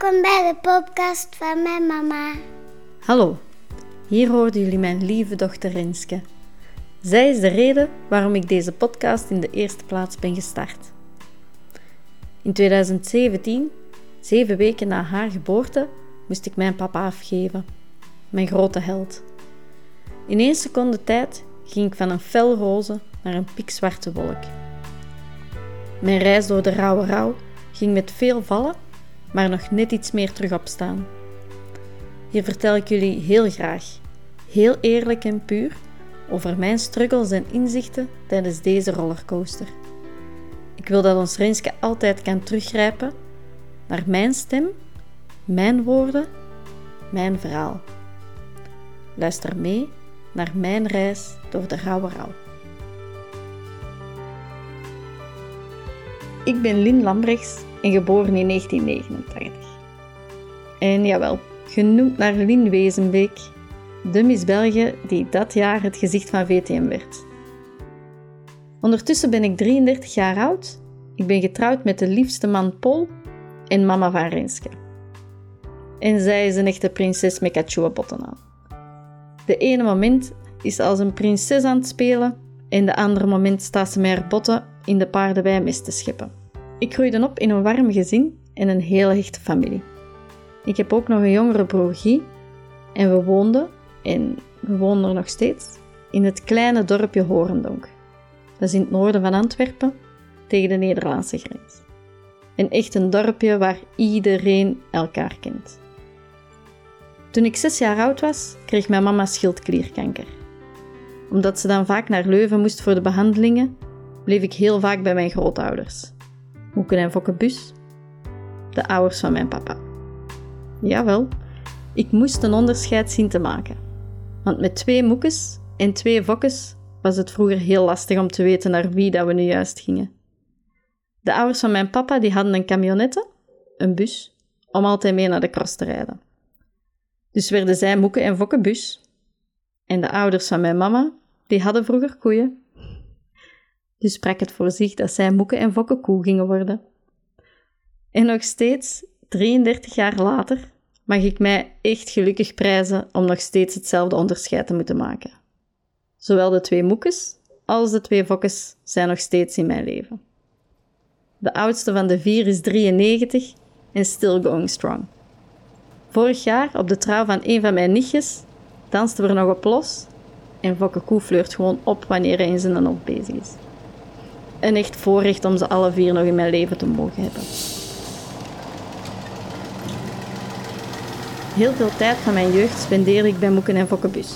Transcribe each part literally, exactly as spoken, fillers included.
Welkom bij de podcast van mijn mama. Hallo, hier hoorden jullie mijn lieve dochter Renske. Zij is de reden waarom ik deze podcast in de eerste plaats ben gestart. In tweeduizend zeventien, zeven weken na haar geboorte, moest ik mijn papa afgeven. Mijn grote held. In één seconde tijd ging ik van een felroze naar een pikzwarte wolk. Mijn reis door de rauwe rouw ging met veel vallen, maar nog net iets meer terug opstaan. Hier vertel ik jullie heel graag, heel eerlijk en puur, over mijn struggles en inzichten tijdens deze rollercoaster. Ik wil dat ons Renske altijd kan teruggrijpen naar mijn stem, mijn woorden, mijn verhaal. Luister mee naar mijn reis door de rauwe rouw. Ik ben Lynn Lambrechts en geboren in negentien negenentachtig. En jawel, genoemd naar Lynn Wezenbeek, de Miss België die dat jaar het gezicht van V T M werd. Ondertussen ben ik drieëndertig jaar oud, ik ben getrouwd met de liefste man Paul en mama van Renske. En zij is een echte prinses met cachoeira-botten aan. De ene moment is ze als een prinses aan het spelen en de andere moment staat ze met haar botten in de paardenwei mis te scheppen. Ik groeide op in een warm gezin en een hele hechte familie. Ik heb ook nog een jongere broer Guy en we woonden, en we wonen er nog steeds, in het kleine dorpje Horendonk. Dat is in het noorden van Antwerpen, tegen de Nederlandse grens. Een echt een dorpje waar iedereen elkaar kent. Toen ik zes jaar oud was, kreeg mijn mama schildklierkanker. Omdat ze dan vaak naar Leuven moest voor de behandelingen, bleef ik heel vaak bij mijn grootouders. Moeken en Fokke Bus, de ouders van mijn papa. Jawel, ik moest een onderscheid zien te maken. Want met twee moekes en twee fokkes was het vroeger heel lastig om te weten naar wie dat we nu juist gingen. De ouders van mijn papa die hadden een camionette, een bus, om altijd mee naar de cross te rijden. Dus werden zij Moeke en Fokke Bus. En de ouders van mijn mama, die hadden vroeger koeien. Dus sprak het voor zich dat zij Moeke en Fokke Koe gingen worden. En nog steeds, drieëndertig jaar later, mag ik mij echt gelukkig prijzen om nog steeds hetzelfde onderscheid te moeten maken. Zowel de twee Moekes als de twee Fokkes zijn nog steeds in mijn leven. De oudste van de vier is drieënnegentig en still going strong. Vorig jaar, op de trouw van een van mijn nichtjes, dansten we er nog op los en Fokke Koe flirt gewoon op wanneer hij in zijn op bezig is. Een echt voorrecht om ze alle vier nog in mijn leven te mogen hebben. Heel veel tijd van mijn jeugd spendeerde ik bij Moeken en Fokke Bus.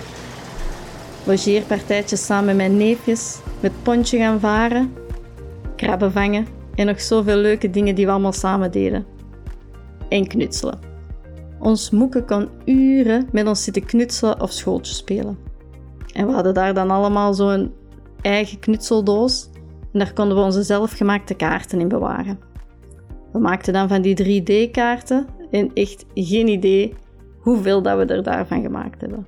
Logeerpartijtjes samen met mijn neefjes, met pontje gaan varen, krabben vangen en nog zoveel leuke dingen die we allemaal samen deden. En knutselen. Ons Moeke kon uren met ons zitten knutselen of schooltjes spelen. En we hadden daar dan allemaal zo'n eigen knutseldoos en daar konden we onze zelfgemaakte kaarten in bewaren. We maakten dan van die drie D-kaarten en echt geen idee hoeveel dat we er daarvan gemaakt hebben.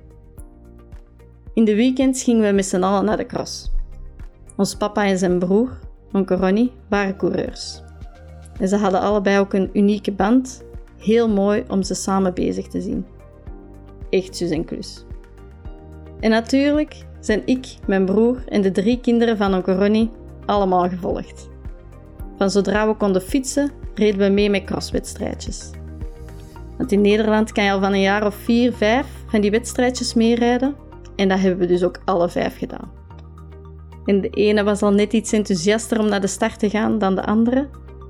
In de weekends gingen we met z'n allen naar de cross. Ons papa en zijn broer, onkel Ronnie, waren coureurs. En ze hadden allebei ook een unieke band, heel mooi om ze samen bezig te zien. Echt zus en klus. En natuurlijk zijn ik, mijn broer en de drie kinderen van onkel Ronnie allemaal gevolgd. Van zodra we konden fietsen, reden we mee met crosswedstrijdjes. Want in Nederland kan je al van een jaar of vier, vijf van die wedstrijdjes meerijden. En dat hebben we dus ook alle vijf gedaan. En de ene was al net iets enthousiaster om naar de start te gaan dan de andere.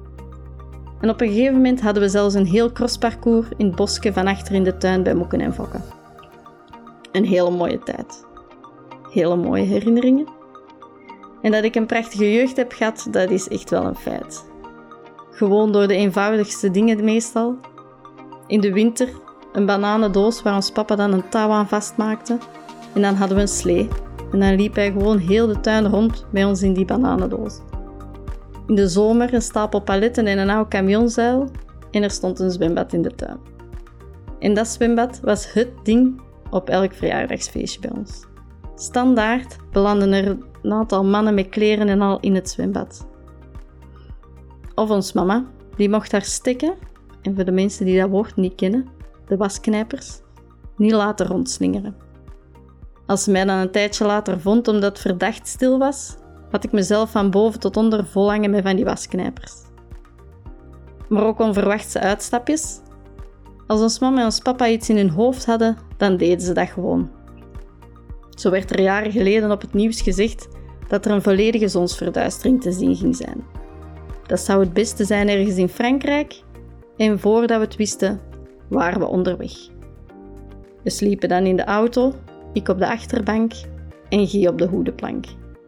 En op een gegeven moment hadden we zelfs een heel crossparcours in het bosje van achter in de tuin bij Moeken en Fokke. Een hele mooie tijd. Hele mooie herinneringen. En dat ik een prachtige jeugd heb gehad, dat is echt wel een feit. Gewoon door de eenvoudigste dingen meestal. In de winter een bananendoos waar ons papa dan een touw aan vastmaakte. En dan hadden we een slee. En dan liep hij gewoon heel de tuin rond bij ons in die bananendoos. In de zomer een stapel paletten en een oud camionzeil. En er stond een zwembad in de tuin. En dat zwembad was het ding op elk verjaardagsfeestje bij ons. Standaard belanden er een aantal mannen met kleren en al in het zwembad. Of ons mama, die mocht haar stekken en voor de mensen die dat woord niet kennen, de wasknijpers, niet laten rondslingeren. Als ze mij dan een tijdje later vond omdat het verdacht stil was, had ik mezelf van boven tot onder volhangen met van die wasknijpers. Maar ook onverwachte uitstapjes. Als ons mama en ons papa iets in hun hoofd hadden, dan deden ze dat gewoon. Zo werd er jaren geleden op het nieuws gezegd dat er een volledige zonsverduistering te zien ging zijn. Dat zou het beste zijn ergens in Frankrijk en voordat we het wisten, waren we onderweg. We sliepen dan in de auto, ik op de achterbank en Guy op de hoedenplank.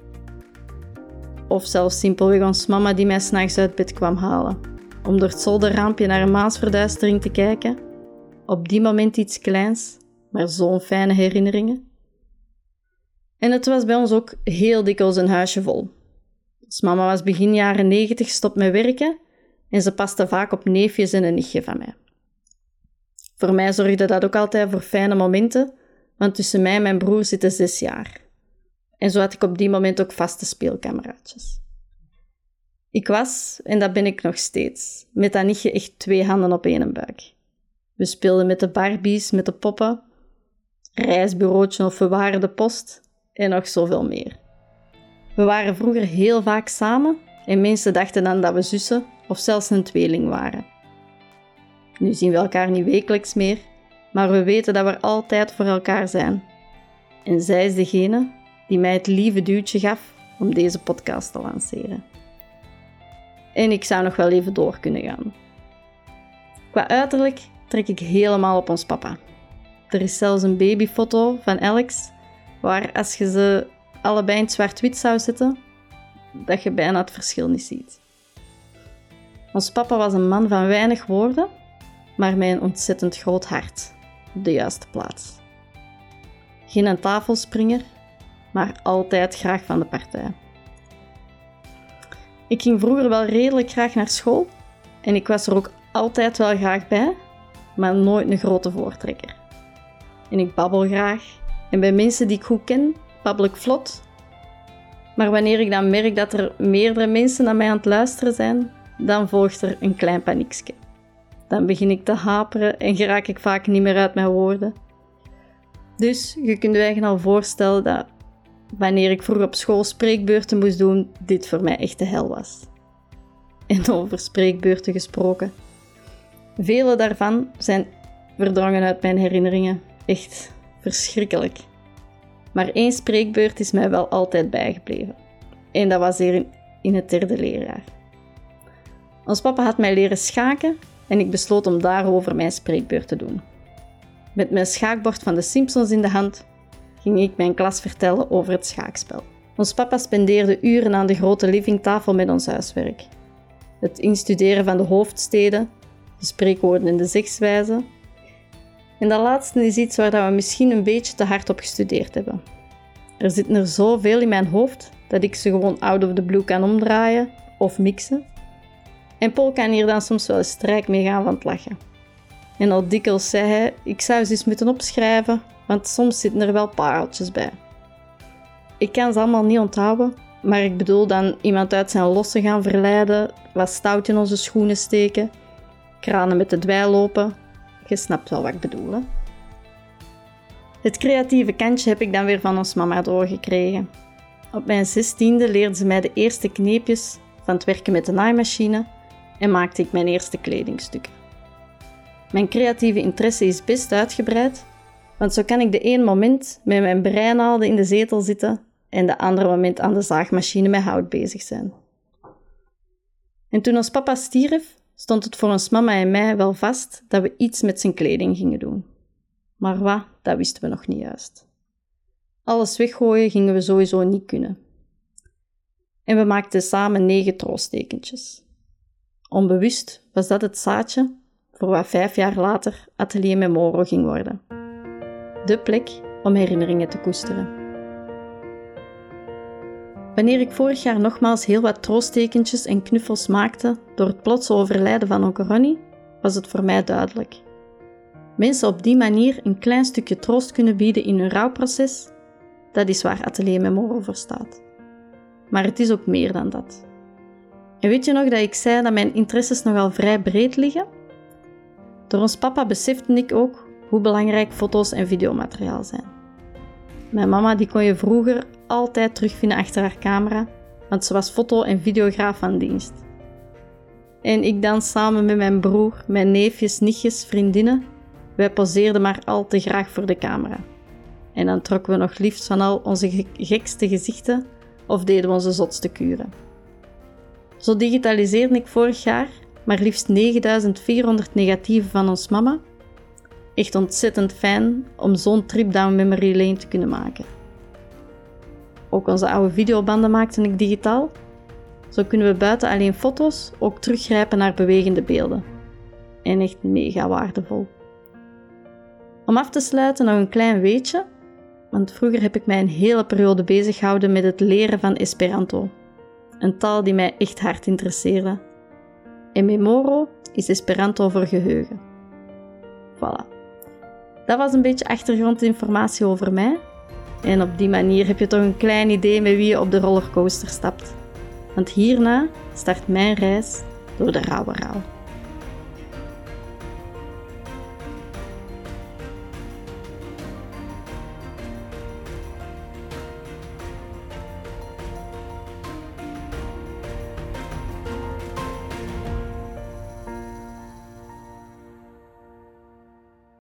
Of zelfs simpelweg ons mama die mij 's nachts uit bed kwam halen, om door het zolderraampje naar een maansverduistering te kijken. Op die moment iets kleins, maar zo'n fijne herinneringen. En het was bij ons ook heel dikwijls een huisje vol. Ons mama was begin jaren negentig stop met werken en ze paste vaak op neefjes en een nichtje van mij. Voor mij zorgde dat ook altijd voor fijne momenten, want tussen mij en mijn broer zitten zes jaar. En zo had ik op die moment ook vaste speelkameraadjes. Ik was, en dat ben ik nog steeds, met dat nichtje echt twee handen op één buik. We speelden met de Barbies, met de poppen, reisbureautje of we waren de post en nog zoveel meer. We waren vroeger heel vaak samen en mensen dachten dan dat we zussen of zelfs een tweeling waren. Nu zien we elkaar niet wekelijks meer, maar we weten dat we er altijd voor elkaar zijn. En zij is degene die mij het lieve duwtje gaf om deze podcast te lanceren. En ik zou nog wel even door kunnen gaan. Qua uiterlijk trek ik helemaal op ons papa. Er is zelfs een babyfoto van Alex, waar als je ze allebei in zwart-wit zou zetten, dat je bijna het verschil niet ziet. Ons papa was een man van weinig woorden, maar met een ontzettend groot hart op de juiste plaats. Geen een tafelspringer, maar altijd graag van de partij. Ik ging vroeger wel redelijk graag naar school en ik was er ook altijd wel graag bij, maar nooit een grote voortrekker. En ik babbel graag en bij mensen die ik goed ken, babbel ik vlot. Maar wanneer ik dan merk dat er meerdere mensen naar mij aan het luisteren zijn, dan volgt er een klein paniekje. Dan begin ik te haperen en geraak ik vaak niet meer uit mijn woorden. Dus je kunt je eigen al voorstellen dat wanneer ik vroeger op school spreekbeurten moest doen, dit voor mij echt de hel was. En over spreekbeurten gesproken. Vele daarvan zijn verdrongen uit mijn herinneringen. Echt verschrikkelijk. Maar één spreekbeurt is mij wel altijd bijgebleven. En dat was hier in, in het derde leerjaar. Ons papa had mij leren schaken en ik besloot om daarover mijn spreekbeurt te doen. Met mijn schaakbord van de Simpsons in de hand ging ik mijn klas vertellen over het schaakspel. Ons papa spendeerde uren aan de grote livingtafel met ons huiswerk. Het instuderen van de hoofdsteden, de spreekwoorden en de zegswijzen. En dat laatste is iets waar we misschien een beetje te hard op gestudeerd hebben. Er zitten er zoveel in mijn hoofd dat ik ze gewoon out of the blue kan omdraaien of mixen. En Paul kan hier dan soms wel een strijk mee gaan van het lachen. En al dikwijls zei hij, ik zou ze eens moeten opschrijven, want soms zitten er wel pareltjes bij. Ik kan ze allemaal niet onthouden, maar ik bedoel dan iemand uit zijn losse gaan verleiden, wat stout in onze schoenen steken, kranen met de dweil lopen. Je snapt wel wat ik bedoel, hè? Het creatieve kantje heb ik dan weer van ons mama doorgekregen. Op mijn zestiende leerde ze mij de eerste kneepjes van het werken met de naaimachine en maakte ik mijn eerste kledingstukken. Mijn creatieve interesse is best uitgebreid, want zo kan ik de ene moment met mijn breinaalden in de zetel zitten en de andere moment aan de zaagmachine met hout bezig zijn. En toen ons papa stierf, stond het voor ons mama en mij wel vast dat we iets met zijn kleding gingen doen. Maar wat, dat wisten we nog niet juist. Alles weggooien gingen we sowieso niet kunnen. En we maakten samen negen troosttekentjes. Onbewust was dat het zaadje voor wat vijf jaar later Atelier Memoro ging worden. De plek om herinneringen te koesteren. Wanneer ik vorig jaar nogmaals heel wat troosttekentjes en knuffels maakte door het plotse overlijden van onkel Ronnie, was het voor mij duidelijk. Mensen op die manier een klein stukje troost kunnen bieden in hun rouwproces, dat is waar Atelier Memoro voor staat. Maar het is ook meer dan dat. En weet je nog dat ik zei dat mijn interesses nogal vrij breed liggen? Door ons papa besefte ik ook hoe belangrijk foto's en videomateriaal zijn. Mijn mama die kon je vroeger altijd terugvinden achter haar camera, want ze was foto- en videograaf van dienst. En ik dan samen met mijn broer, mijn neefjes, nichtjes, vriendinnen, wij poseerden maar al te graag voor de camera. En dan trokken we nog liefst van al onze gekste gezichten of deden we onze zotste kuren. Zo digitaliseerde ik vorig jaar maar liefst negenduizend vierhonderd negatieven van ons mama. Echt ontzettend fijn om zo'n trip down memory lane te kunnen maken. Ook onze oude videobanden maakte ik digitaal. Zo kunnen we buiten alleen foto's ook teruggrijpen naar bewegende beelden. En echt mega waardevol. Om af te sluiten nog een klein weetje, want vroeger heb ik mij een hele periode bezig gehouden met het leren van Esperanto. Een taal die mij echt hard interesseerde. En memoro is Esperanto voor geheugen. Voilà. Dat was een beetje achtergrondinformatie over mij. En op die manier heb je toch een klein idee met wie je op de rollercoaster stapt. Want hierna start mijn reis door de rauwe rouw.